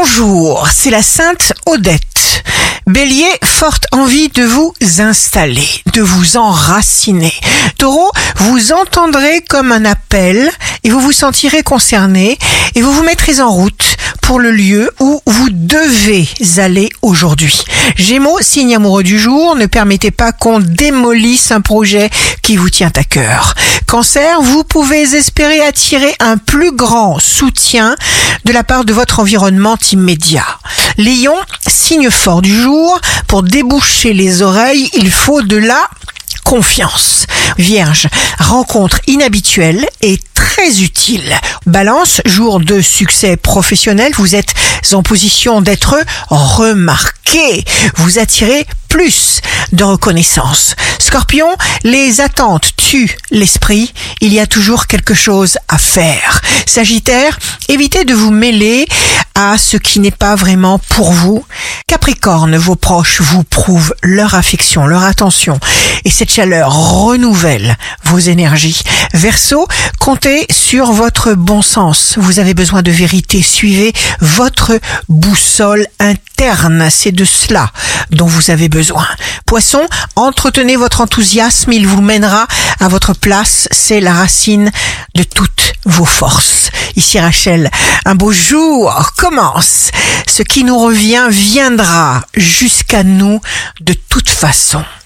Bonjour, c'est la Sainte Odette. Bélier, forte envie de vous installer, de vous enraciner. Taureau, vous entendrez comme un appel et vous vous sentirez concerné et vous vous mettrez en route pour le lieu où vous devez aller aujourd'hui. Gémeaux, signe amoureux du jour, ne permettez pas qu'on démolisse un projet qui vous tient à cœur. Cancer, vous pouvez espérer attirer un plus grand soutien de la part de votre environnement immédiat. Lion, signe fort du jour, pour déboucher les oreilles, il faut de la confiance. Vierge, rencontre inhabituelle et très utile. Balance, jour de succès professionnel, vous êtes en position d'être remarqué. Vous attirez plus de reconnaissance. Scorpion, les attentes tuent l'esprit. Il y a toujours quelque chose à faire. Sagittaire, évitez de vous mêler à ce qui n'est pas vraiment pour vous. Capricorne, vos proches vous prouvent leur affection, leur attention et cette chaleur renouvelle vos énergies. Verseau, comptez sur votre bon sens. Vous avez besoin de vérité. Suivez votre boussole interne. C'est de cela dont vous avez besoin. Poisson, entretenez votre enthousiasme. Il vous mènera à votre place. C'est la racine de toutes vos forces. Ici Rachel, un beau jour commence. Ce qui nous revient viendra jusqu'à nous de toute façon.